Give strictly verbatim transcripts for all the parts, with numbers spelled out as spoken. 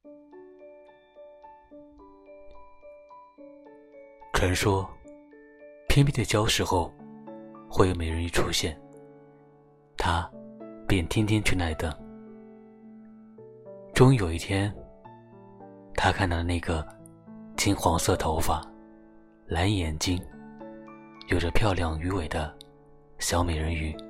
传说偏僻的礁石后会有美人鱼出现，他便天天去那里等。终于有一天，他看到了那个金黄色头发、蓝眼睛、有着漂亮鱼尾的小美人鱼。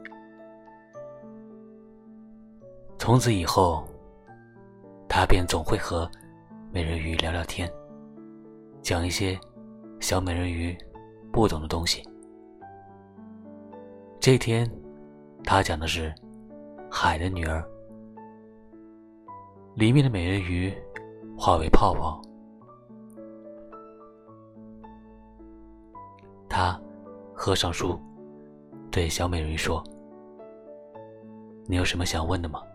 从此以后，他便总会和美人鱼聊聊天，讲一些小美人鱼不懂的东西。这天，他讲的是海的女儿，里面的美人鱼化为泡泡。他合上书，对小美人鱼说：“你有什么想问的吗？”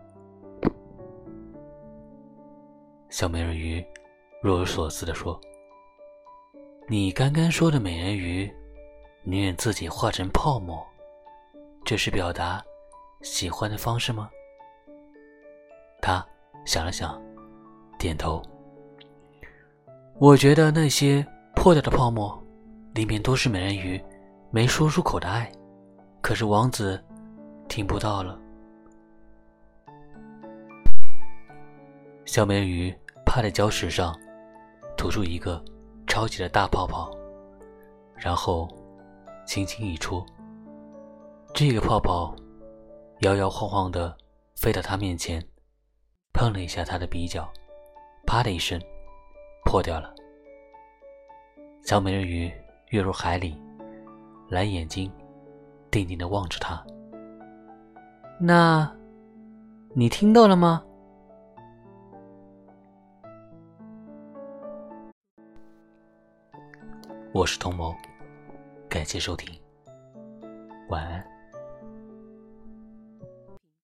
小美人鱼若有所思地说：“你刚刚说的美人鱼宁愿自己化成泡沫，这是表达喜欢的方式吗？”他想了想，点头：“我觉得那些破掉的泡沫里面都是美人鱼没说出口的爱，可是王子听不到了。”小美人鱼趴在礁石上，吐出一个超级的大泡泡，然后轻轻一戳，这个泡泡摇摇晃晃地飞到他面前，碰了一下他的鼻角，啪的一声破掉了。小美人鱼跃入海里，蓝眼睛定定地望着他。那你听到了吗？我是童谋，感谢收听，晚安。